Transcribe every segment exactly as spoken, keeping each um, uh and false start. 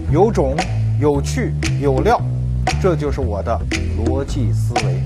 有种、有趣、有料，这就是我的逻辑思维。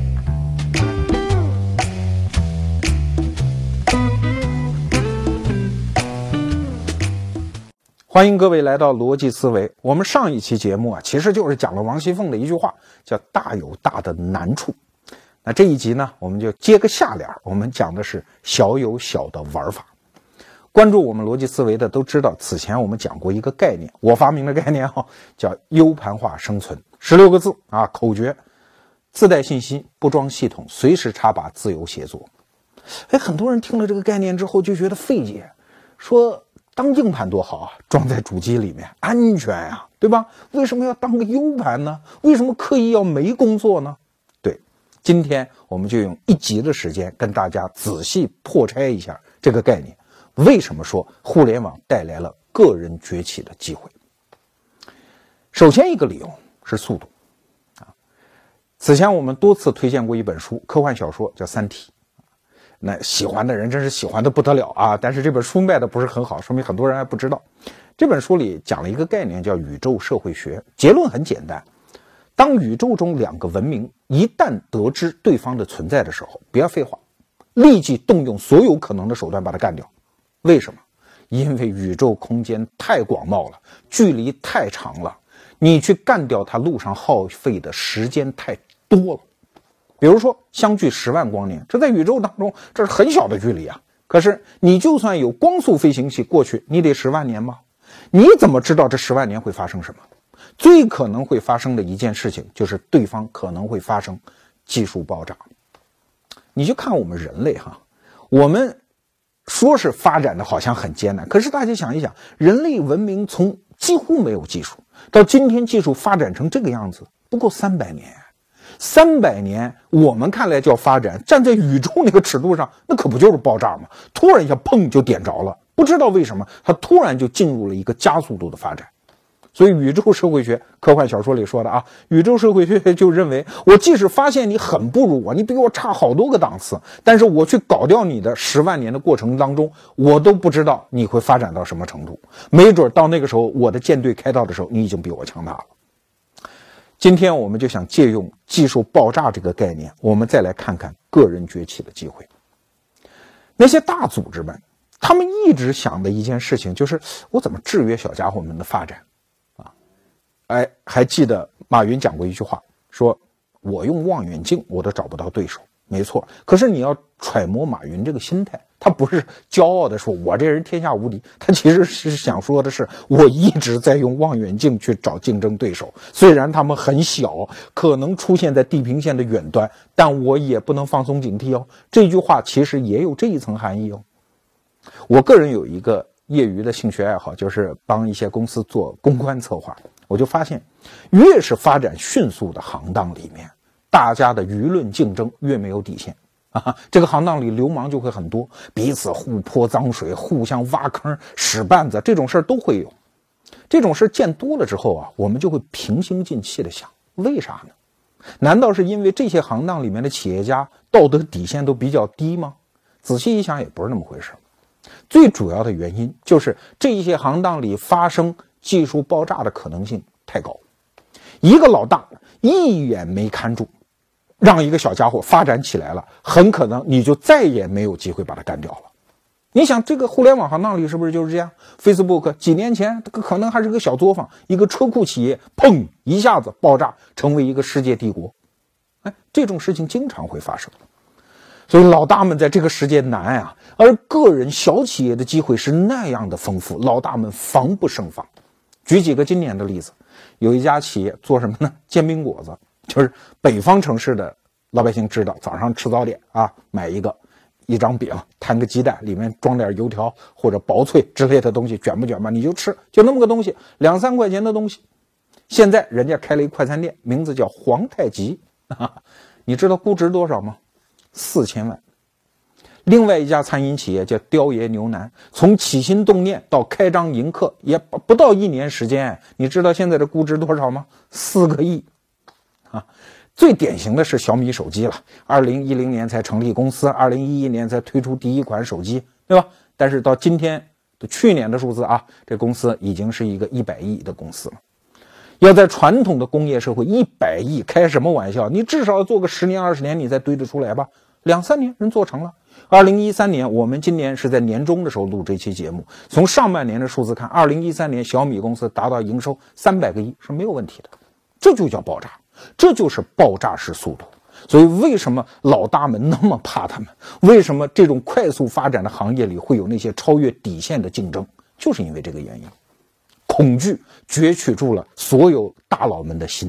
欢迎各位来到逻辑思维。我们上一期节目啊，其实就是讲了王熙凤的一句话，叫大有大的难处。那这一集呢，我们就接个下联，我们讲的是小有小的玩法。关注我们逻辑思维的都知道，此前我们讲过一个概念，我发明的概念啊，叫 U 盘化生存，十六个字啊，口诀：自带信息，不装系统，随时插拔，自由协作。哎，很多人听了这个概念之后就觉得费解，说当硬盘多好啊，装在主机里面安全呀，对吧？为什么要当个 U 盘呢？为什么刻意要没工作呢？对，今天我们就用一集的时间跟大家仔细破拆一下这个概念。为什么说互联网带来了个人崛起的机会？首先一个理由是速度啊。此前我们多次推荐过一本书，科幻小说叫《三体》，那喜欢的人真是喜欢的不得了啊！但是这本书卖的不是很好，说明很多人还不知道。这本书里讲了一个概念叫宇宙社会学，结论很简单：当宇宙中两个文明一旦得知对方的存在的时候，不要废话，立即动用所有可能的手段把它干掉。为什么？因为宇宙空间太广袤了，距离太长了，你去干掉它路上耗费的时间太多了。比如说相距十万光年，这在宇宙当中这是很小的距离啊。可是你就算有光速飞行器过去，你得十万年吗？你怎么知道这十万年会发生什么？最可能会发生的一件事情就是对方可能会发生技术爆炸。你就看我们人类哈，我们说是发展的好像很艰难，可是大家想一想，人类文明从几乎没有技术到今天技术发展成这个样子，不过三百年。三百年我们看来叫发展，站在宇宙那个尺度上，那可不就是爆炸吗？突然一下砰就点着了，不知道为什么它突然就进入了一个加速度的发展。所以宇宙社会学，科幻小说里说的啊，宇宙社会学就认为，我即使发现你很不如我，你比我差好多个档次，但是我去搞掉你的十万年的过程当中，我都不知道你会发展到什么程度，没准到那个时候我的舰队开到的时候，你已经比我强大了。今天我们就想借用技术爆炸这个概念，我们再来看看个人崛起的机会。那些大组织们，他们一直想的一件事情就是，我怎么制约小家伙们的发展。哎，还记得马云讲过一句话，说我用望远镜我都找不到对手。没错，可是你要揣摩马云这个心态，他不是骄傲的说我这人天下无敌，他其实是想说的是，我一直在用望远镜去找竞争对手，虽然他们很小，可能出现在地平线的远端，但我也不能放松警惕哦。这句话其实也有这一层含义哦。我个人有一个业余的兴趣爱好，就是帮一些公司做公关策划。我就发现，越是发展迅速的行当里面，大家的舆论竞争越没有底线啊！这个行当里流氓就会很多，彼此互泼脏水，互相挖坑、使绊子，这种事儿都会有。这种事见多了之后啊，我们就会平心静气的想，为啥呢？难道是因为这些行当里面的企业家道德底线都比较低吗？仔细一想，也不是那么回事。最主要的原因就是这些行当里发生技术爆炸的可能性太高，一个老大一眼没看住，让一个小家伙发展起来了，很可能你就再也没有机会把它干掉了。你想这个互联网行当里是不是就是这样？ Facebook 几年前可能还是个小作坊，一个车库企业砰一下子爆炸成为一个世界帝国。哎，这种事情经常会发生。所以老大们在这个世界难啊，而个人小企业的机会是那样的丰富，老大们防不胜防。举几个经典的例子，有一家企业做什么呢？煎饼果子，就是北方城市的老百姓知道，早上吃早点啊，买一个一张饼，摊个鸡蛋，里面装点油条或者薄脆之类的东西，卷不卷吧你就吃，就那么个东西，两三块钱的东西。现在人家开了一快餐店，名字叫皇太极啊，你知道估值多少吗？四千万。另外一家餐饮企业叫雕爷牛腩，从起心动念到开张迎客也不到一年时间，你知道现在的估值多少吗？四个亿啊！最典型的是小米手机了，二零一零年才成立公司，二零一一年才推出第一款手机，对吧？但是到今天，去年的数字啊，这公司已经是一个一百亿的公司了。 要在传统的工业社会，一百亿开什么玩笑？你至少要做个十年二十年，你才堆得出来吧？两三年人做成了。二零一三年，我们今年是在年中的时候录这期节目，从上半年的数字看，二零一三年小米公司达到营收三百个亿是没有问题的，这就叫爆炸，这就是爆炸式速度。所以为什么老大们那么怕他们？为什么这种快速发展的行业里会有那些超越底线的竞争？就是因为这个原因。恐惧攫取住了所有大佬们的心，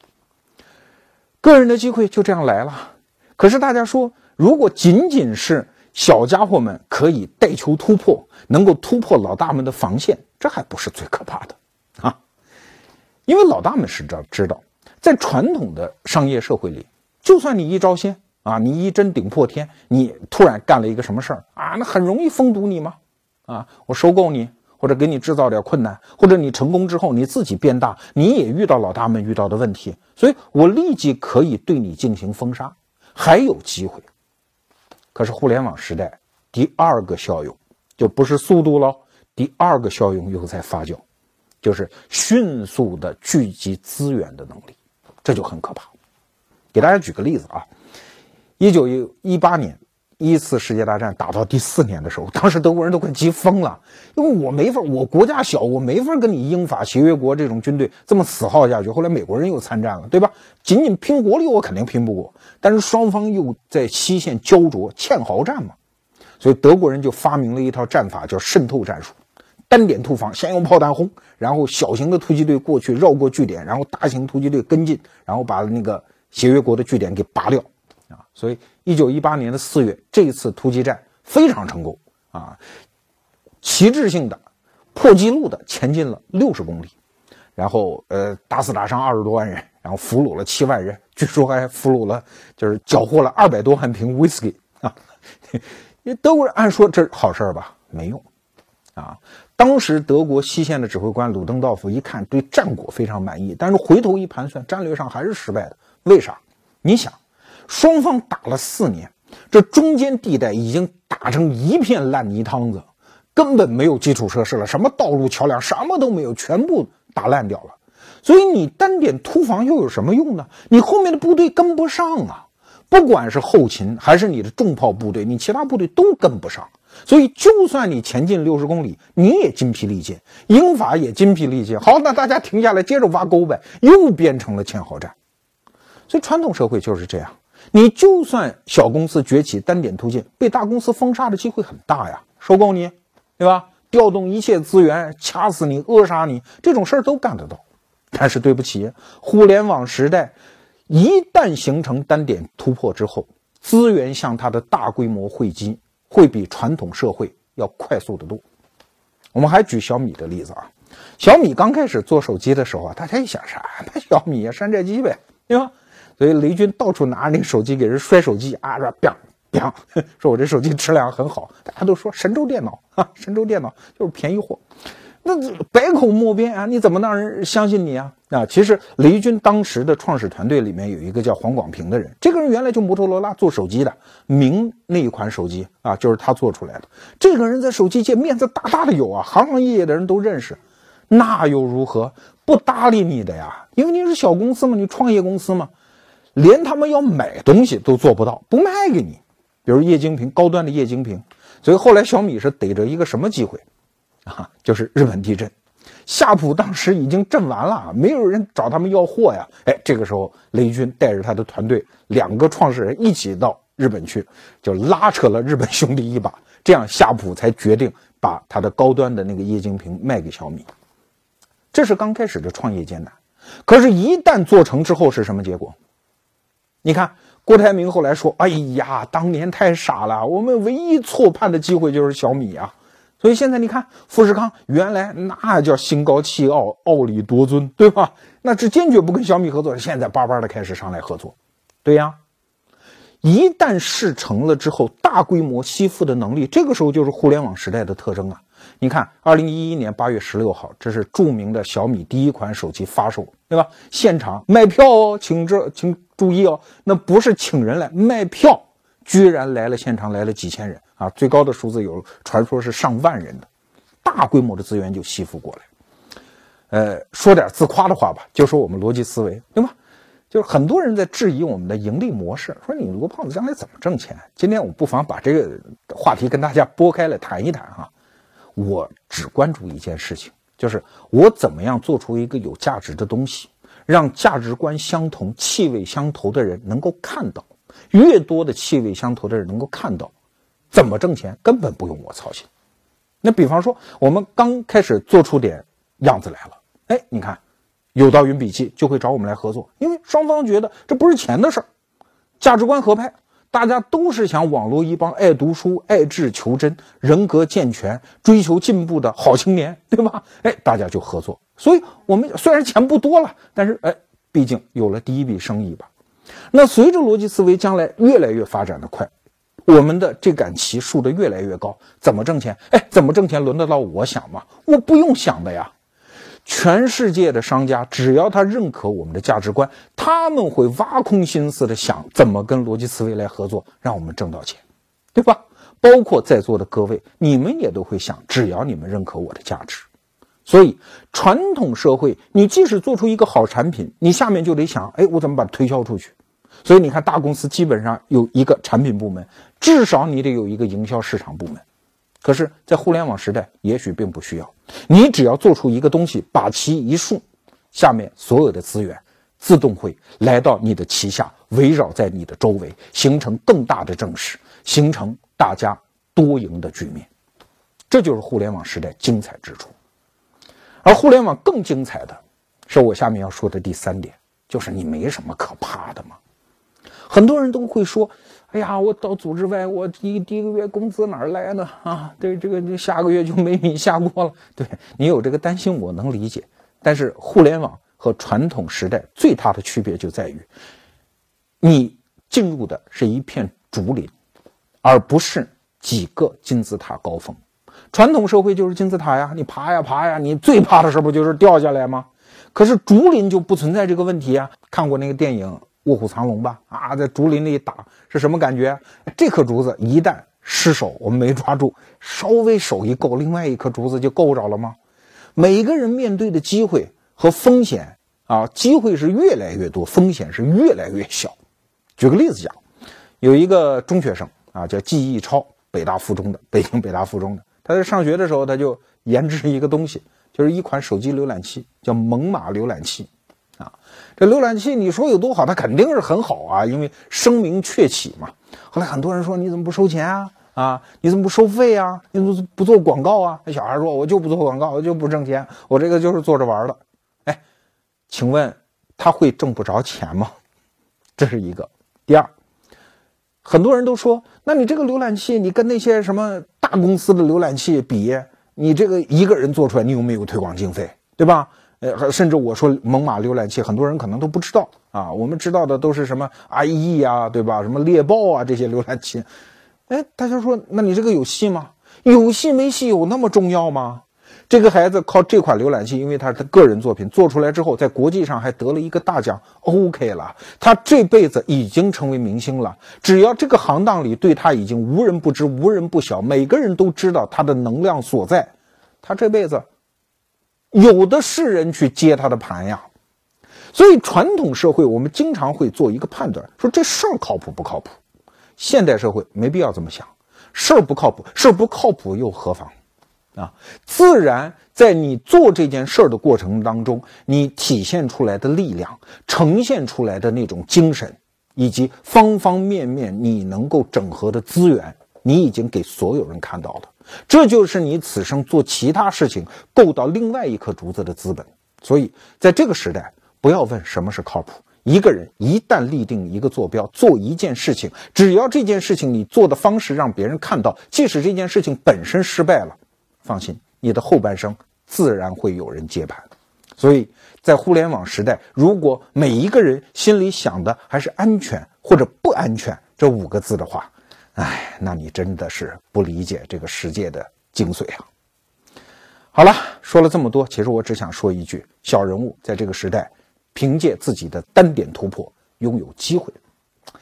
个人的机会就这样来了。可是大家说，如果仅仅是小家伙们可以带球突破，能够突破老大们的防线，这还不是最可怕的啊！因为老大们是知道，在传统的商业社会里，就算你一招鲜啊，你一针顶破天，你突然干了一个什么事儿啊，那很容易封堵你吗？啊，我收购你，或者给你制造点困难，或者你成功之后你自己变大，你也遇到老大们遇到的问题，所以我立即可以对你进行封杀，还有机会。可是互联网时代第二个效用就不是速度了，第二个效用又在发酵，就是迅速的聚集资源的能力，这就很可怕。给大家举个例子啊，一九一八年一次世界大战打到第四年的时候，当时德国人都快急疯了，因为我没法，我国家小，我没法跟你英法协约国这种军队这么死耗下去。后来美国人又参战了，对吧？仅仅拼国力我肯定拼不过，但是双方又在西线焦灼，堑壕战嘛，所以德国人就发明了一套战法，叫渗透战术。单点突防，先用炮弹轰，然后小型的突击队过去绕过据点，然后大型突击队跟进，然后把那个协约国的据点给拔掉啊！所以一九一八年的四月，这次突击战非常成功啊，旗帜性的、破纪录的前进了六十公里，然后呃打死打伤二十多万人，然后俘虏了七万人，据说还俘虏了就是缴获了二百多万瓶 whisky 啊！德国人按说这好事吧，没用啊！当时德国西线的指挥官鲁登道夫一看对战果非常满意，但是回头一盘算，战略上还是失败的。为啥？你想，双方打了四年，这中间地带已经打成一片烂泥汤子，根本没有基础设施了，什么道路桥梁什么都没有，全部打烂掉了。所以你单点突防又有什么用呢？你后面的部队跟不上啊，不管是后勤还是你的重炮部队，你其他部队都跟不上。所以就算你前进六十公里，你也筋疲力尽，英法也筋疲力尽。好，那大家停下来接着挖沟呗，又变成了堑壕战。所以传统社会就是这样，你就算小公司崛起单点突进，被大公司封杀的机会很大呀，收购你，对吧？调动一切资源，掐死你，扼杀你，这种事儿都干得到。但是对不起，互联网时代一旦形成单点突破之后，资源向它的大规模汇集会比传统社会要快速得多。我们还举小米的例子啊，小米刚开始做手机的时候啊，大家一想啥，那小米啊，山寨机呗，对吧？所以雷军到处拿着那个手机给人摔手机啊，说 biang biang， 说我这手机质量很好，大家都说神州电脑啊，神州电脑就是便宜货，那百口莫辩啊，你怎么让人相信你啊？啊，其实雷军当时的创始团队里面有一个叫黄广平的人，这个人原来就摩托罗拉做手机的，明那一款手机啊，就是他做出来的。这个人在手机界面子大大的有啊，行行业业的人都认识，那又如何？不搭理你的呀，因为你是小公司嘛，你创业公司嘛，连他们要买东西都做不到，不卖给你。比如液晶屏，高端的液晶屏，所以后来小米是逮着一个什么机会啊？就是日本地震。夏普当时已经震完了，没有人找他们要货呀。哎，这个时候雷军带着他的团队，两个创始人一起到日本去，就拉扯了日本兄弟一把，这样夏普才决定把他的高端的那个液晶屏卖给小米。这是刚开始的创业艰难，可是一旦做成之后是什么结果？你看郭台铭后来说，哎呀，当年太傻了，我们唯一错判的机会就是小米啊。所以现在你看富士康原来那叫心高气傲，傲里夺尊，对吧？那是坚决不跟小米合作，现在巴巴的开始上来合作。对呀，一旦事成了之后，大规模吸附的能力，这个时候就是互联网时代的特征啊。你看二零一一年八月十六号，这是著名的小米第一款手机发售，对吧？现场卖票哦，请这请注意哦，那不是请人来卖票，居然来了现场来了几千人啊，最高的数字有传说是上万人的，大规模的资源就吸附过来。 呃，说点自夸的话吧，就说我们逻辑思维，对吧？就是很多人在质疑我们的盈利模式，说你罗胖子将来怎么挣钱？今天我不妨把这个话题跟大家拨开来谈一谈哈。我只关注一件事情，就是我怎么样做出一个有价值的东西，让价值观相同、气味相投的人能够看到，越多的气味相投的人能够看到，怎么挣钱根本不用我操心。那比方说，我们刚开始做出点样子来了，哎，你看。有道云笔记就会找我们来合作，因为双方觉得这不是钱的事儿，价值观合拍，大家都是想网络一帮爱读书、爱智求真、人格健全、追求进步的好青年，对吧？哎，大家就合作。所以我们虽然钱不多了，但是哎，毕竟有了第一笔生意吧。那随着逻辑思维将来越来越发展的快，我们的这杆旗竖得越来越高，怎么挣钱？哎，怎么挣钱轮得到我想吗？我不用想的呀。全世界的商家只要他认可我们的价值观，他们会挖空心思的想怎么跟逻辑思维来合作，让我们挣到钱，对吧？包括在座的各位，你们也都会想，只要你们认可我的价值。所以传统社会，你即使做出一个好产品，你下面就得想，哎，我怎么把它推销出去？所以你看大公司基本上有一个产品部门，至少你得有一个营销市场部门。可是在互联网时代也许并不需要，你只要做出一个东西，把其一竖，下面所有的资源自动会来到你的旗下，围绕在你的周围，形成更大的正势，形成大家多赢的局面。这就是互联网时代精彩之处。而互联网更精彩的是我下面要说的第三点，就是你没什么可怕的嘛。很多人都会说，哎呀，我到组织外，我第一第一个月工资哪儿来呢？啊，对，这个下个月就没米下锅了。对，你有这个担心，我能理解。但是互联网和传统时代最大的区别就在于，你进入的是一片竹林，而不是几个金字塔高峰。传统社会就是金字塔呀，你爬呀爬呀，你最怕的时候不就是掉下来吗？可是竹林就不存在这个问题啊。看过那个电影卧虎藏龙吧，啊，在竹林里打是什么感觉？这棵竹子一旦失手，我们没抓住，稍微手一够，另外一棵竹子就够着了吗？每个人面对的机会和风险啊，机会是越来越多，风险是越来越小。举个例子讲，有一个中学生啊，叫季义超，北大附中的，北京北大附中的，他在上学的时候，他就研制一个东西，就是一款手机浏览器，叫猛犸浏览器。啊，这浏览器你说有多好，它肯定是很好啊，因为声名鹊起嘛。后来很多人说你怎么不收钱啊？啊，你怎么不收费啊？你怎么不做广告啊？那小孩说我就不做广告，我就不挣钱，我这个就是做着玩的。哎，请问他会挣不着钱吗？这是一个。第二，很多人都说，那你这个浏览器，你跟那些什么大公司的浏览器比，你这个一个人做出来，你有没有推广经费，对吧？呃，甚至我说猛犸浏览器，很多人可能都不知道啊。我们知道的都是什么 I E 啊，对吧？什么猎豹啊，这些浏览器。哎，大家说，那你这个有戏吗？有戏没戏有那么重要吗？这个孩子靠这款浏览器，因为他是他个人作品做出来之后，在国际上还得了一个大奖 ，OK 了。他这辈子已经成为明星了。只要这个行当里对他已经无人不知、无人不晓，每个人都知道他的能量所在，他这辈子有的是人去接他的盘呀。所以传统社会我们经常会做一个判断，说这事儿靠谱不靠谱。现代社会没必要这么想，事儿不靠谱，事儿不靠谱又何妨啊？自然在你做这件事儿的过程当中，你体现出来的力量，呈现出来的那种精神，以及方方面面你能够整合的资源，你已经给所有人看到了。这就是你此生做其他事情够到另外一颗竹子的资本。所以在这个时代，不要问什么是靠谱，一个人一旦立定一个坐标，做一件事情，只要这件事情你做的方式让别人看到，即使这件事情本身失败了，放心，你的后半生自然会有人接盘。所以在互联网时代，如果每一个人心里想的还是安全或者不安全这五个字的话，哎，那你真的是不理解这个世界的精髓啊。好了，说了这么多，其实我只想说一句，小人物在这个时代凭借自己的单点突破拥有机会，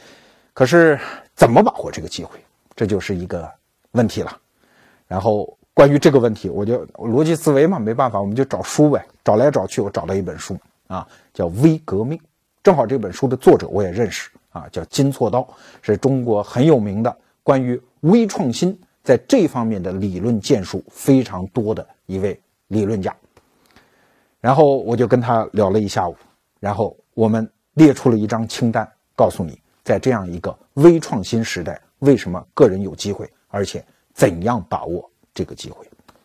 可是怎么把握这个机会，这就是一个问题了。然后关于这个问题，我就逻辑思维嘛，没办法，我们就找书呗，找来找去，我找到一本书啊，叫《微革命》，正好这本书的作者我也认识啊，叫金错刀，是中国很有名的关于微创新在这方面的理论建树非常多的一位理论家。然后我就跟他聊了一下午，然后我们列出了一张清单，告诉你在这样一个微创新时代，为什么个人有机会，而且怎样把握这个机会。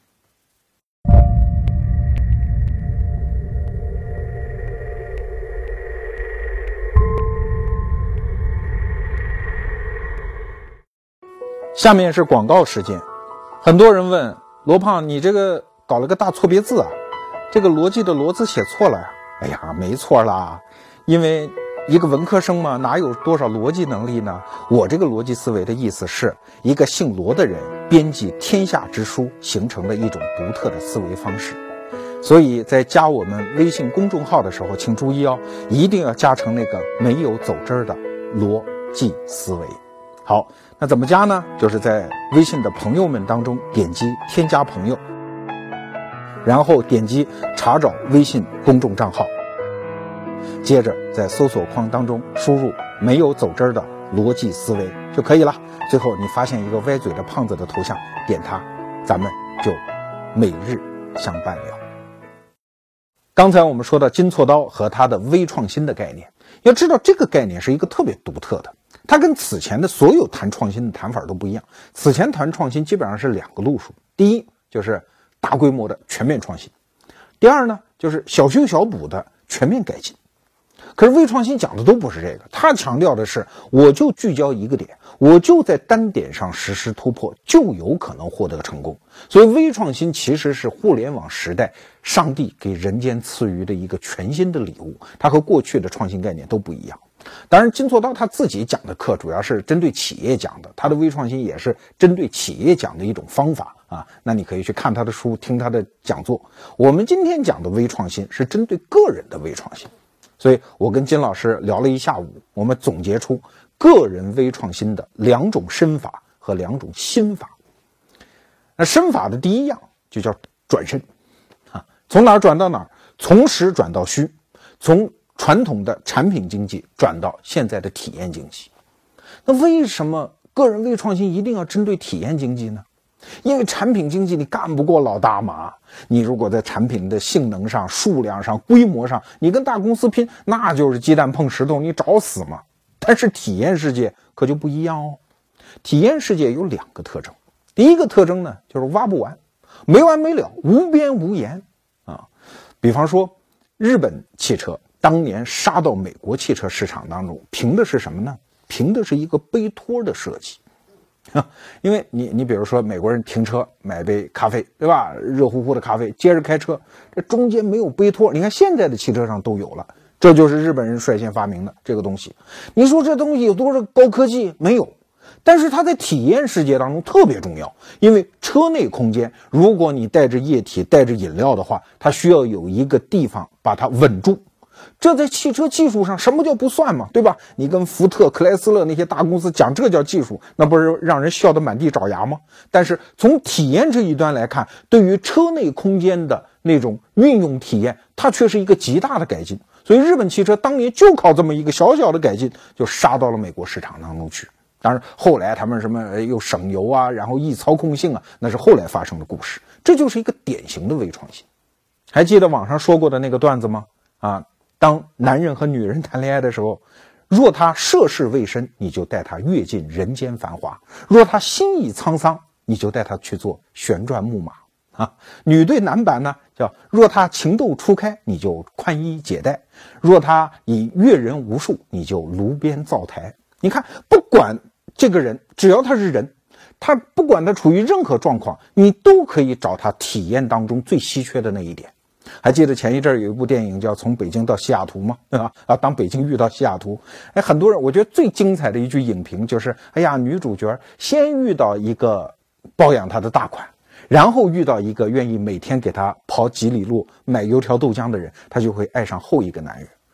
下面是广告时间。很多人问罗胖，你这个搞了个大错别字啊，这个逻辑的逻字写错了呀。哎呀，没错啦，因为一个文科生嘛，哪有多少逻辑能力呢？我这个逻辑思维的意思是一个姓罗的人编辑天下之书形成的一种独特的思维方式。所以在加我们微信公众号的时候，请注意哦，一定要加成那个没有走针的逻辑思维。好，那怎么加呢？就是在微信的朋友们当中点击添加朋友，然后点击查找微信公众账号，接着在搜索框当中输入没有走针的逻辑思维就可以了。最后你发现一个歪嘴的胖子的头像，点它，咱们就每日相伴了。刚才我们说到金错刀和他的微创新的概念，要知道这个概念是一个特别独特的，它跟此前的所有谈创新的谈法都不一样。此前谈创新基本上是两个路数，第一就是大规模的全面创新，第二呢就是小修小补的全面改进。可是微创新讲的都不是这个，它强调的是我就聚焦一个点，我就在单点上实施突破，就有可能获得成功。所以微创新其实是互联网时代上帝给人间赐予的一个全新的礼物，它和过去的创新概念都不一样。当然金错刀他自己讲的课主要是针对企业讲的，他的微创新也是针对企业讲的一种方法啊，那你可以去看他的书，听他的讲座。我们今天讲的微创新是针对个人的微创新，所以我跟金老师聊了一下午，我们总结出个人微创新的两种身法和两种心法。那身法的第一样就叫转身啊，从哪儿转到哪儿，从实转到虚，从传统的产品经济转到现在的体验经济。那为什么个人微创新一定要针对体验经济呢？因为产品经济你干不过老大马，你如果在产品的性能上、数量上、规模上，你跟大公司拼，那就是鸡蛋碰石头，你找死嘛。但是体验世界可就不一样哦。体验世界有两个特征，第一个特征呢，就是挖不完，没完没了，无边无沿啊。比方说日本汽车当年杀到美国汽车市场当中，凭的是什么呢？凭的是一个杯托的设计。因为你你比如说美国人停车买杯咖啡，对吧？热乎乎的咖啡，接着开车，这中间没有杯托，你看现在的汽车上都有了，这就是日本人率先发明的这个东西。你说这东西有多少高科技？没有，但是它在体验世界当中特别重要，因为车内空间，如果你带着液体带着饮料的话，它需要有一个地方把它稳住。这在汽车技术上什么叫不算嘛，对吧？你跟福特、克莱斯勒那些大公司讲这叫技术，那不是让人笑得满地找牙吗？但是从体验这一端来看，对于车内空间的那种运用体验，它却是一个极大的改进。所以日本汽车当年就靠这么一个小小的改进，就杀到了美国市场当中去。当然后来他们什么又省油啊，然后易操控性啊，那是后来发生的故事。这就是一个典型的微创新。还记得网上说过的那个段子吗？啊，当男人和女人谈恋爱的时候，若他涉世未深，你就带他阅尽人间繁华；若他心意沧桑，你就带他去做旋转木马啊。女对男版呢，叫若他情窦初开，你就宽衣解带；若他已阅人无数，你就炉边灶台。你看，不管这个人，只要他是人，他不管他处于任何状况，你都可以找他体验当中最稀缺的那一点。还记得前一阵有一部电影叫《从北京到西雅图》吗？对吧？啊，当北京遇到西雅图，哎，很多人我觉得最精彩的一句影评就是：哎呀，女主角先遇到一个包养她的大款，然后遇到一个愿意每天给她跑几里路买油条豆浆的人，她就会爱上后一个男人。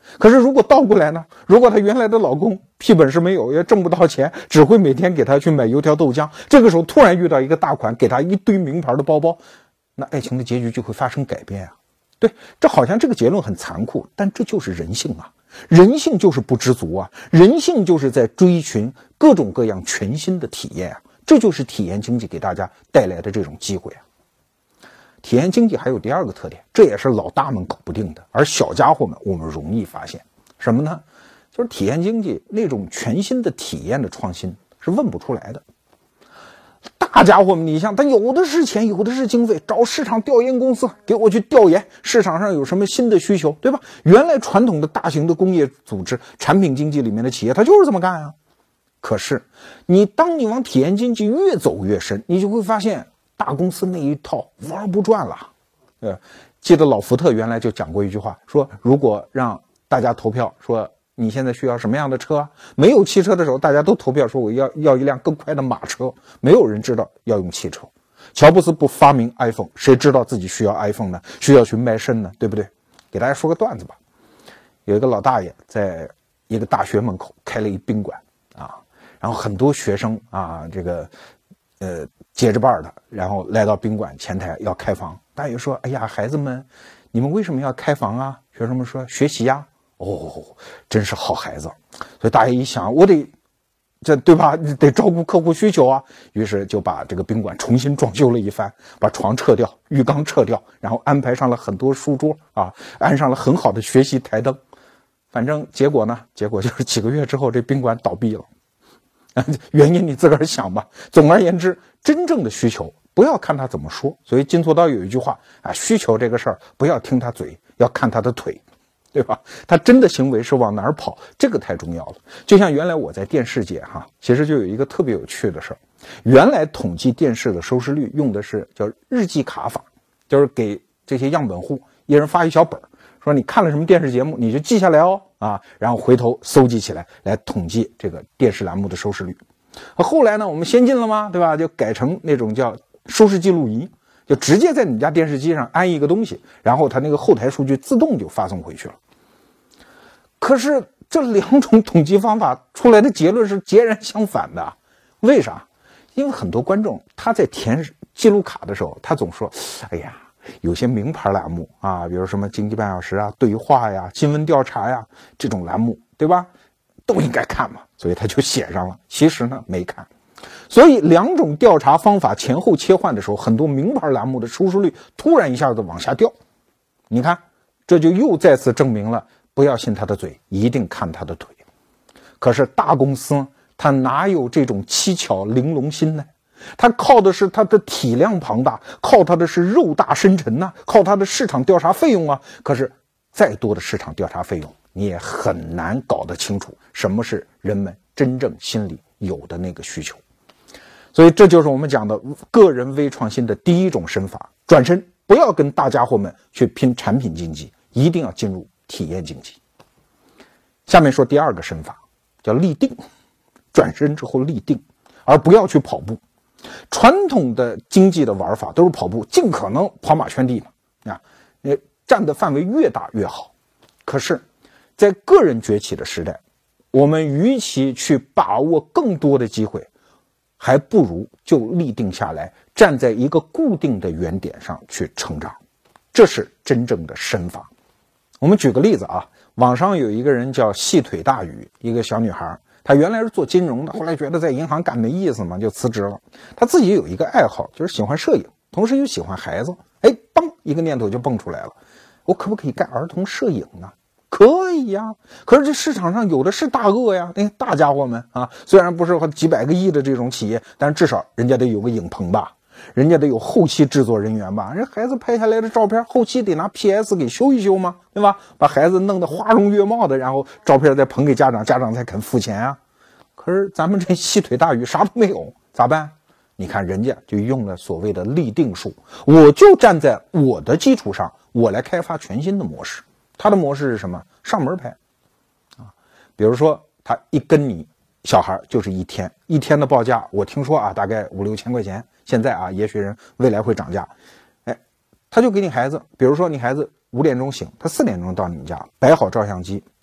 可是如果倒过来呢？如果她原来的老公屁本事没有，也挣不到钱，只会每天给她去买油条豆浆，这个时候突然遇到一个大款，给她一堆名牌的包包，那爱情的结局就会发生改变啊。对，这好像这个结论很残酷，但这就是人性啊。人性就是不知足啊，人性就是在追寻各种各样全新的体验啊，这就是体验经济给大家带来的这种机会啊。体验经济还有第二个特点，这也是老大们搞不定的，而小家伙们我们容易发现什么呢？就是体验经济那种全新的体验的创新是问不出来的。大家伙们，你像他有的是钱，有的是经费，找市场调研公司给我去调研市场上有什么新的需求，对吧？原来传统的大型的工业组织、产品经济里面的企业，它就是这么干啊。可是你当你往体验经济越走越深，你就会发现大公司那一套玩不转了。呃，记得老福特原来就讲过一句话，说如果让大家投票说你现在需要什么样的车啊？没有汽车的时候，大家都投票说我要要一辆更快的马车，没有人知道要用汽车。乔布斯不发明 iPhone， 谁知道自己需要 iPhone 呢？需要去卖肾呢，对不对？给大家说个段子吧。有一个老大爷在一个大学门口开了一宾馆啊，然后很多学生啊，这个呃接着伴的，然后来到宾馆前台要开房。大爷说：“哎呀，孩子们，你们为什么要开房啊？”学生们说：“学习呀。”哦，真是好孩子。所以大爷一想，我得这对吧，得照顾客户需求啊，于是就把这个宾馆重新装修了一番，把床撤掉，浴缸撤掉，然后安排上了很多书桌啊，安上了很好的学习台灯。反正结果呢，结果就是几个月之后这宾馆倒闭了。原因你自个儿想吧。总而言之，真正的需求不要看他怎么说。所以金错刀有一句话啊，需求这个事儿不要听他嘴，要看他的腿。对吧？他真的行为是往哪儿跑，这个太重要了。就像原来我在电视界哈，其实就有一个特别有趣的事儿。原来统计电视的收视率用的是叫日记卡法，就是给这些样本户一人发一小本，说你看了什么电视节目，你就记下来哦啊，然后回头搜集起来来统计这个电视栏目的收视率。后来呢，我们先进了吗？对吧？就改成那种叫收视记录仪。就直接在你家电视机上安一个东西，然后它那个后台数据自动就发送回去了。可是这两种统计方法出来的结论是截然相反的。为啥？因为很多观众他在填记录卡的时候，他总说：“哎呀，有些名牌栏目啊，比如什么经济半小时啊、对话呀、新闻调查呀这种栏目，对吧？都应该看嘛。”所以他就写上了。其实呢，没看。所以两种调查方法前后切换的时候，很多名牌栏目的收视率突然一下子往下掉。你看，这就又再次证明了不要信他的嘴，一定看他的腿。可是大公司它哪有这种蹊跷玲珑心呢？它靠的是它的体量庞大，靠它的是肉大深沉呐、啊，靠它的市场调查费用啊。可是再多的市场调查费用，你也很难搞得清楚什么是人们真正心里有的那个需求。所以这就是我们讲的个人微创新的第一种身法，转身不要跟大家伙们去拼产品经济，一定要进入体验经济。下面说第二个身法，叫立定，转身之后立定，而不要去跑步。传统的经济的玩法都是跑步，尽可能跑马圈地嘛，啊，占的范围越大越好。可是在个人崛起的时代，我们与其去把握更多的机会，还不如就立定下来，站在一个固定的原点上去成长，这是真正的身法。我们举个例子啊，网上有一个人叫细腿大宇，一个小女孩，她原来是做金融的，后来觉得在银行干没意思嘛，就辞职了。她自己有一个爱好，就是喜欢摄影，同时又喜欢孩子。哎，嘣，一个念头就蹦出来了，我可不可以干儿童摄影呢？可以呀，可是这市场上有的是大鳄呀，那大家伙们啊，虽然不是几百个亿的这种企业，但是至少人家得有个影棚吧，人家得有后期制作人员吧，人孩子拍下来的照片后期得拿 P S 给修一修嘛，对吧？把孩子弄得花容月貌的，然后照片再捧给家长，家长才肯付钱啊。可是咱们这细腿大宇啥都没有，咋办？你看人家就用了所谓的立定术，我就站在我的基础上，我来开发全新的模式。他的模式是什么？上门拍啊，比如说他一跟你小孩就是一天，一天的报价，我听说啊，大概五六千块钱。现在啊，也许人未来会涨价。哎，他就给你孩子，比如说你孩子五点钟醒，他四点钟到你们家，摆好照相机，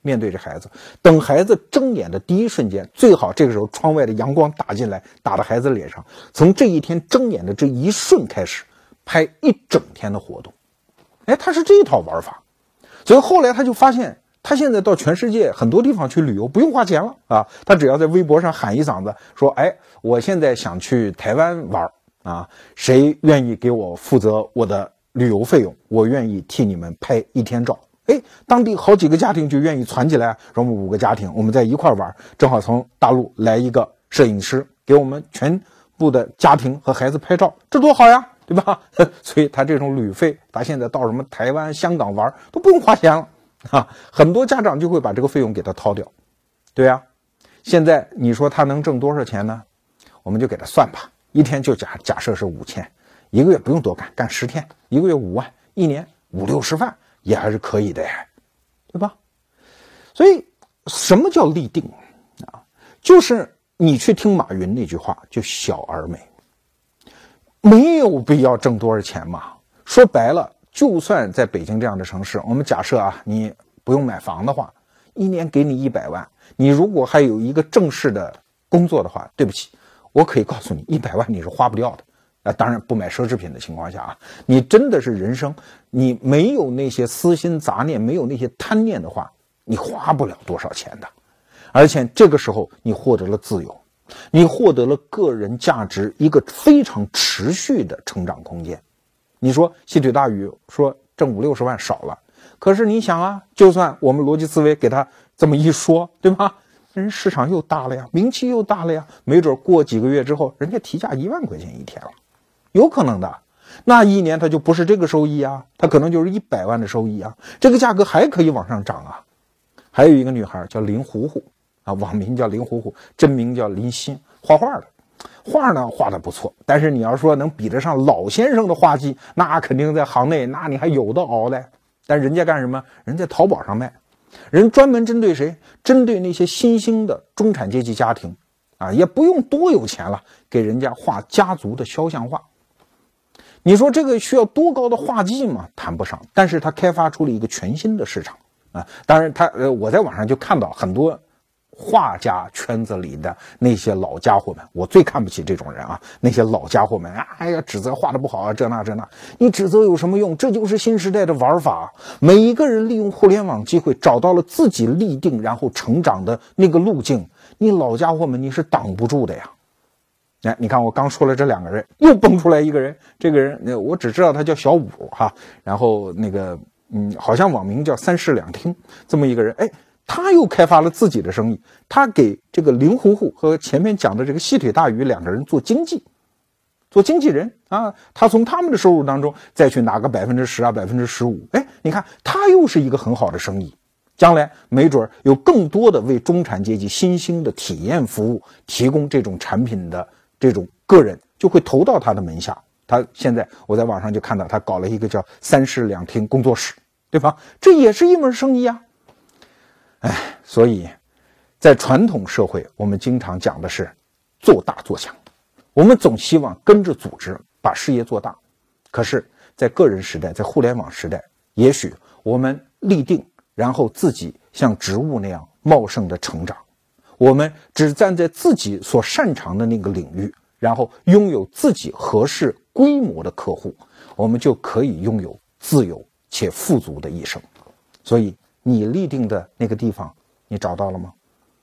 面对着孩子，等孩子睁眼的第一瞬间，最好这个时候窗外的阳光打进来，打到孩子脸上，从这一天睁眼的这一瞬开始，拍一整天的活动。哎，他是这一套玩法。所以后来他就发现，他现在到全世界很多地方去旅游不用花钱了啊，他只要在微博上喊一嗓子说，哎，我现在想去台湾玩啊，谁愿意给我负责我的旅游费用，我愿意替你们拍一天照。哎，当地好几个家庭就愿意攒起来，说我们五个家庭我们在一块玩，正好从大陆来一个摄影师给我们全部的家庭和孩子拍照，这多好呀，对吧？所以他这种旅费，他现在到什么台湾、香港玩都不用花钱了啊，很多家长就会把这个费用给他掏掉。对啊，现在你说他能挣多少钱呢？我们就给他算吧，一天就假假设是五千，一个月不用多干，干十天，一个月五万，一年五六十万也还是可以的，对吧？所以什么叫立定啊？就是你去听马云那句话，就小而美，没有必要挣多少钱嘛。说白了，就算在北京这样的城市，我们假设啊，你不用买房的话，一年给你一百万，你如果还有一个正式的工作的话，对不起，我可以告诉你，一百万你是花不掉的。啊，当然不买奢侈品的情况下啊，你真的是人生，你没有那些私心杂念，没有那些贪念的话，你花不了多少钱的。而且这个时候你获得了自由，你获得了个人价值一个非常持续的成长空间。你说细腿大鱼说挣五六十万少了，可是你想啊，就算我们逻辑思维给他这么一说，对吧？人市场又大了呀，名气又大了呀，没准过几个月之后，人家提价一万块钱一天了。有可能的，那一年他就不是这个收益啊，他可能就是一百万的收益啊，这个价格还可以往上涨啊。还有一个女孩叫林糊糊啊，网名叫林糊糊，真名叫林欣，画画的，画呢画的不错，但是你要说能比得上老先生的画技，那肯定在行内，那你还有的熬嘞。但人家干什么？人在淘宝上卖，人专门针对谁？针对那些新兴的中产阶级家庭啊，也不用多有钱了，给人家画家族的肖像画。你说这个需要多高的画技吗？谈不上，但是他开发出了一个全新的市场啊！当然他，呃，我在网上就看到很多画家圈子里的那些老家伙们，我最看不起这种人啊！那些老家伙们，哎呀，指责画的不好啊，这那这那，你指责有什么用？这就是新时代的玩法。每一个人利用互联网机会，找到了自己立定然后成长的那个路径，你老家伙们你是挡不住的呀！哎，你看我刚说了这两个人，又蹦出来一个人，这个人我只知道他叫小五哈，然后那个嗯，好像网名叫三室两厅，这么一个人，哎，他又开发了自己的生意，他给这个林糊糊和前面讲的这个细腿大鱼两个人做经济，做经纪人啊，他从他们的收入当中再去拿个百分之十啊，百分之十五，哎，你看他又是一个很好的生意。将来没准有更多的为中产阶级新兴的体验服务提供这种产品的这种个人就会投到他的门下。他现在我在网上就看到他搞了一个叫三室两厅工作室，对吧？这也是一门生意啊。哎，所以在传统社会我们经常讲的是做大做强，我们总希望跟着组织把事业做大。可是在个人时代，在互联网时代，也许我们立定然后自己像植物那样茂盛的成长，我们只站在自己所擅长的那个领域，然后拥有自己合适规模的客户，我们就可以拥有自由且富足的一生。所以你立定的那个地方，你找到了吗？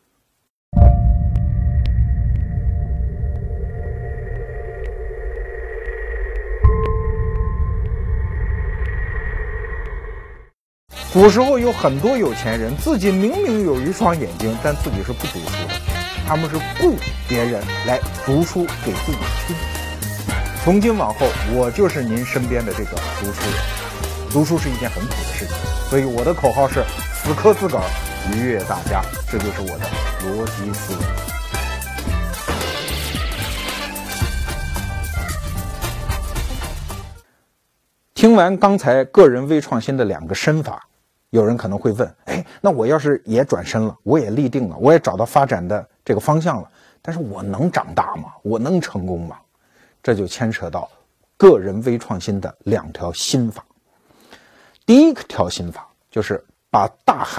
古时候有很多有钱人，自己明明有一双眼睛，但自己是不读书的，他们是雇别人来读书给自己听。从今往后，我就是您身边的这个读书人。读书是一件很苦的事情，所以我的口号是死磕自个儿，愉悦大家，这就是我的逻辑思维。听完刚才个人微创新的两个身法，有人可能会问，哎，那我要是也转身了，我也立定了，我也找到发展的这个方向了，但是我能长大吗？我能成功吗？这就牵扯到个人微创新的两条心法。第一条心法就是把大喊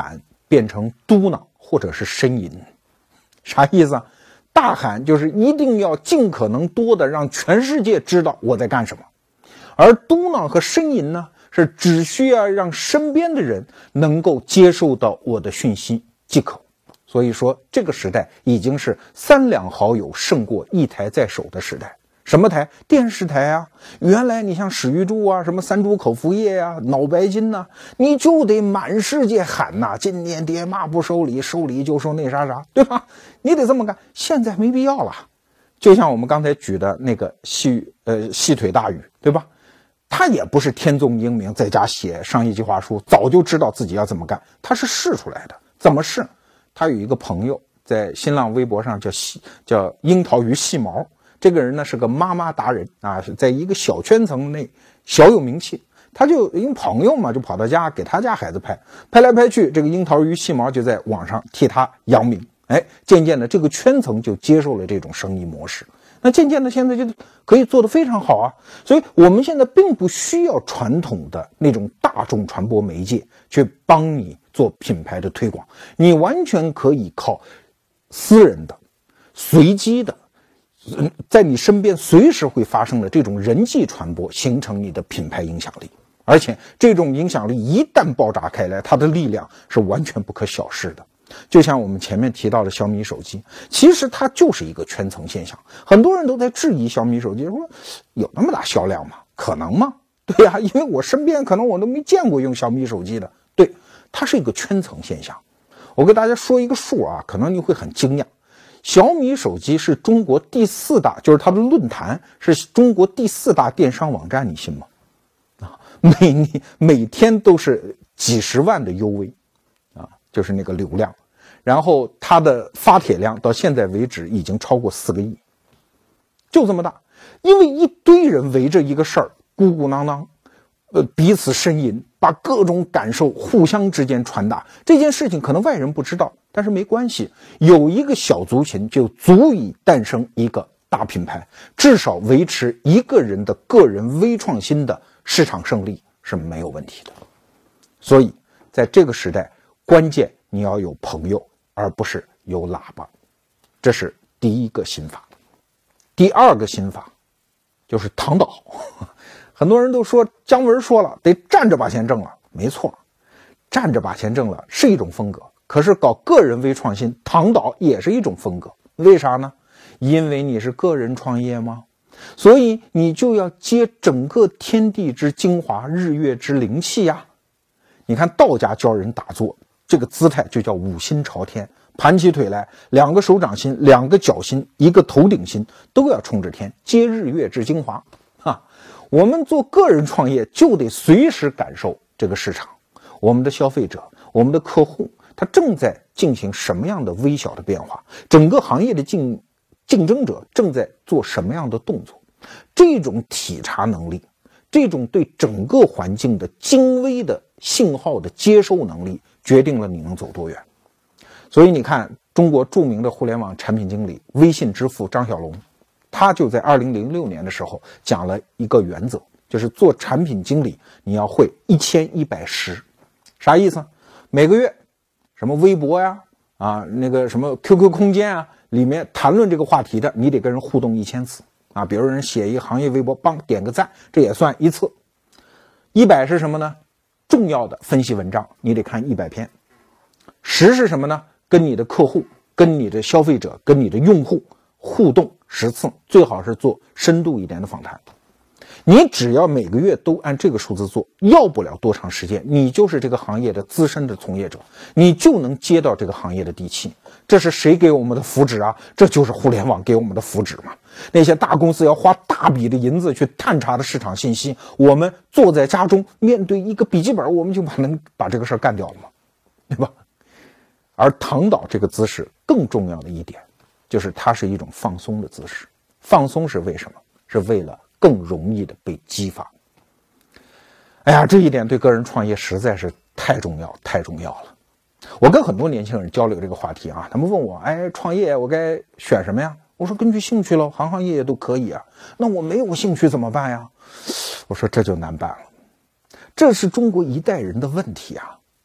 变成嘟囔或者是呻吟。啥意思啊？大喊就是一定要尽可能多的让全世界知道我在干什么，而嘟囔和呻吟呢，是只需要让身边的人能够接受到我的讯息即可。所以说这个时代已经是三两好友胜过一台在手的时代。什么台？电视台啊！原来你像史玉柱啊，什么三株口服液啊，脑白金呐、啊，你就得满世界喊呐、啊，今年爹妈不收礼，收礼就收那啥啥，对吧？你得这么干。现在没必要了。就像我们刚才举的那个细呃细腿大禹，对吧？他也不是天纵英明，在家写上一计划书，早就知道自己要怎么干，他是试出来的。怎么试？他有一个朋友在新浪微博上叫细叫樱桃鱼细毛。这个人呢是个妈妈达人啊，是在一个小圈层内小有名气。他就因为朋友嘛，就跑到家给他家孩子拍，拍来拍去，这个樱桃鱼细毛就在网上替他扬名。哎，渐渐的这个圈层就接受了这种生意模式。那渐渐的现在就可以做得非常好啊。所以我们现在并不需要传统的那种大众传播媒介去帮你做品牌的推广，你完全可以靠私人的、随机的。在你身边随时会发生的这种人际传播，形成你的品牌影响力。而且这种影响力一旦爆炸开来，它的力量是完全不可小视的。就像我们前面提到的小米手机，其实它就是一个圈层现象。很多人都在质疑小米手机，说有那么大销量吗？可能吗？对呀、啊，因为我身边可能我都没见过用小米手机的。对，它是一个圈层现象。我给大家说一个数啊，可能你会很惊讶。小米手机是中国第四大，就是它的论坛是中国第四大电商网站，你信吗？啊，每每天都是几十万的 U V， 啊，就是那个流量，然后它的发帖量到现在为止已经超过四个亿，就这么大。因为一堆人围着一个事儿咕咕囔囔，呃，彼此呻吟，把各种感受互相之间传达。这件事情可能外人不知道，但是没关系，有一个小族群就足以诞生一个大品牌，至少维持一个人的个人微创新的市场胜利是没有问题的。所以在这个时代，关键你要有朋友，而不是有喇叭。这是第一个心法。第二个心法就是躺倒。很多人都说姜文说了得站着把钱挣了，没错，站着把钱挣了是一种风格，可是搞个人微创新躺倒也是一种风格。为啥呢？因为你是个人创业吗？所以你就要接整个天地之精华，日月之灵气呀。你看道家教人打坐，这个姿态就叫五心朝天，盘起腿来，两个手掌心，两个脚心，一个头顶心，都要冲着天，接日月之精华哈。我们做个人创业就得随时感受这个市场，我们的消费者，我们的客户，他正在进行什么样的微小的变化，整个行业的竞竞争者正在做什么样的动作。这种体察能力，这种对整个环境的精微的信号的接收能力，决定了你能走多远。所以你看，中国著名的互联网产品经理、微信之父张小龙，他就在二零零六年的时候讲了一个原则，就是做产品经理你要会一千一百十。啥意思？每个月什么微博呀啊那个什么 Q Q 空间啊里面谈论这个话题的，你得跟人互动一千次啊。比如人写一个行业微博，帮点个赞，这也算一次。一百是什么呢？重要的分析文章你得看一百篇。十是什么呢？跟你的客户、跟你的消费者、跟你的用户互动十次，最好是做深度一点的访谈。你只要每个月都按这个数字做，要不了多长时间，你就是这个行业的资深的从业者，你就能接到这个行业的地气。这是谁给我们的福祉啊？这就是互联网给我们的福祉嘛。那些大公司要花大笔的银子去探查的市场信息，我们坐在家中面对一个笔记本，我们就把能把这个事儿干掉了嘛，对吧？而躺倒这个姿势更重要的一点，就是它是一种放松的姿势。放松是为什么？是为了更容易的被激发。哎呀，这一点对个人创业实在是太重要太重要了。我跟很多年轻人交流这个话题啊，他们问我，哎，创业我该选什么呀？我说根据兴趣咯，行行业业都可以啊。那我没有兴趣怎么办呀？我说这就难办了，这是中国一代人的问题啊。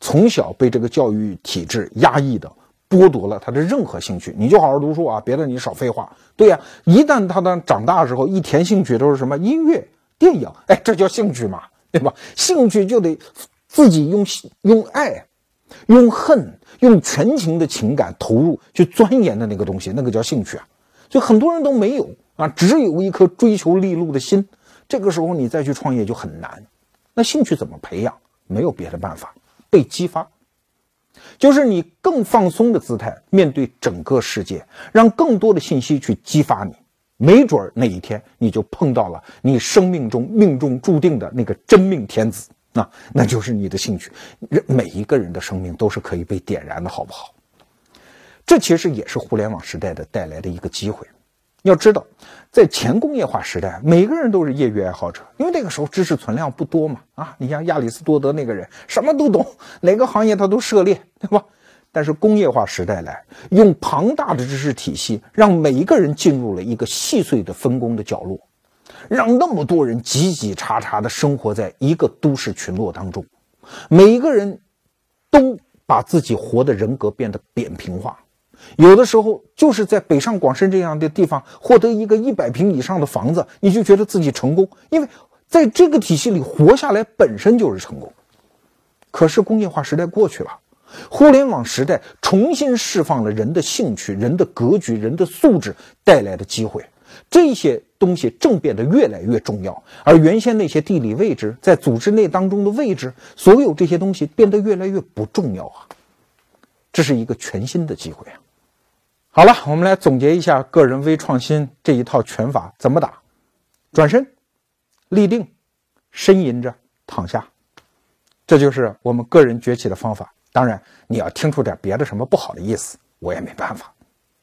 从小被这个教育体制压抑的，剥夺了他的任何兴趣。你就好好读书啊，别的你少废话。对呀、啊，一旦他当长大的时候，一填兴趣都是什么音乐、电影，哎，这叫兴趣嘛，对吧？兴趣就得自己用用爱、用恨、用全情的情感投入去钻研的那个东西，那个叫兴趣啊。所以很多人都没有啊，只有一颗追求利禄的心。这个时候你再去创业就很难。那兴趣怎么培养？没有别的办法，被激发。就是你更放松的姿态面对整个世界，让更多的信息去激发你，没准那一天你就碰到了你生命中命中注定的那个真命天子，那那就是你的兴趣。每一个人的生命都是可以被点燃的，好不好？这其实也是互联网时代的带来的一个机会。要知道，在前工业化时代，每个人都是业余爱好者，因为那个时候知识存量不多嘛。啊，你像亚里士多德那个人，什么都懂，哪个行业他都涉猎，对吧？但是工业化时代来，用庞大的知识体系，让每一个人进入了一个细碎的分工的角落，让那么多人挤挤叉叉的生活在一个都市群落当中，每一个人都把自己活的人格变得扁平化。有的时候就是在北上广深这样的地方获得一个一百平以上的房子，你就觉得自己成功，因为在这个体系里活下来本身就是成功。可是工业化时代过去了，互联网时代重新释放了人的兴趣、人的格局、人的素质带来的机会，这些东西正变得越来越重要，而原先那些地理位置在组织内当中的位置，所有这些东西变得越来越不重要啊。这是一个全新的机会啊。好了，我们来总结一下个人微创新这一套拳法怎么打。转身，立定，呻吟着躺下，这就是我们个人崛起的方法。当然你要听出点别的什么不好的意思，我也没办法。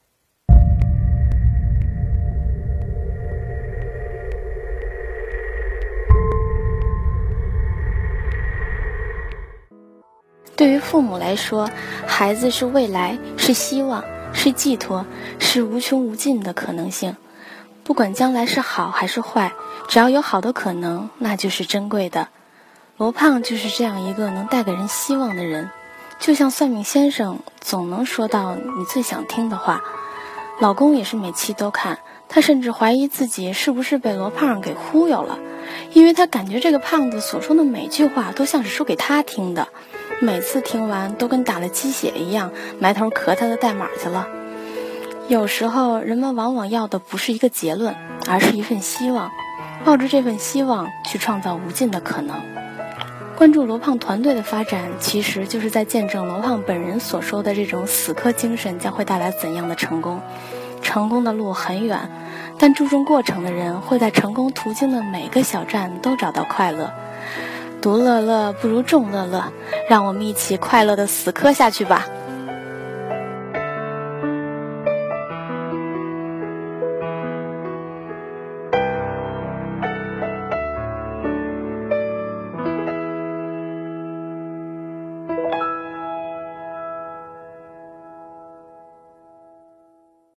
对于父母来说，孩子是未来，是希望，是寄托，是无穷无尽的可能性。不管将来是好还是坏，只要有好的可能，那就是珍贵的。罗胖就是这样一个能带给人希望的人，就像算命先生总能说到你最想听的话。老公也是每期都看，他甚至怀疑自己是不是被罗胖给忽悠了，因为他感觉这个胖子所说的每句话都像是说给他听的，每次听完都跟打了鸡血一样，埋头咳他的代码去了。有时候人们往往要的不是一个结论，而是一份希望，抱着这份希望去创造无尽的可能。关注罗胖团队的发展，其实就是在见证罗胖本人所说的这种死磕精神将会带来怎样的成功。成功的路很远，但注重过程的人会在成功途经的每个小站都找到快乐。独乐乐不如众乐乐，让我们一起快乐的死磕下去吧。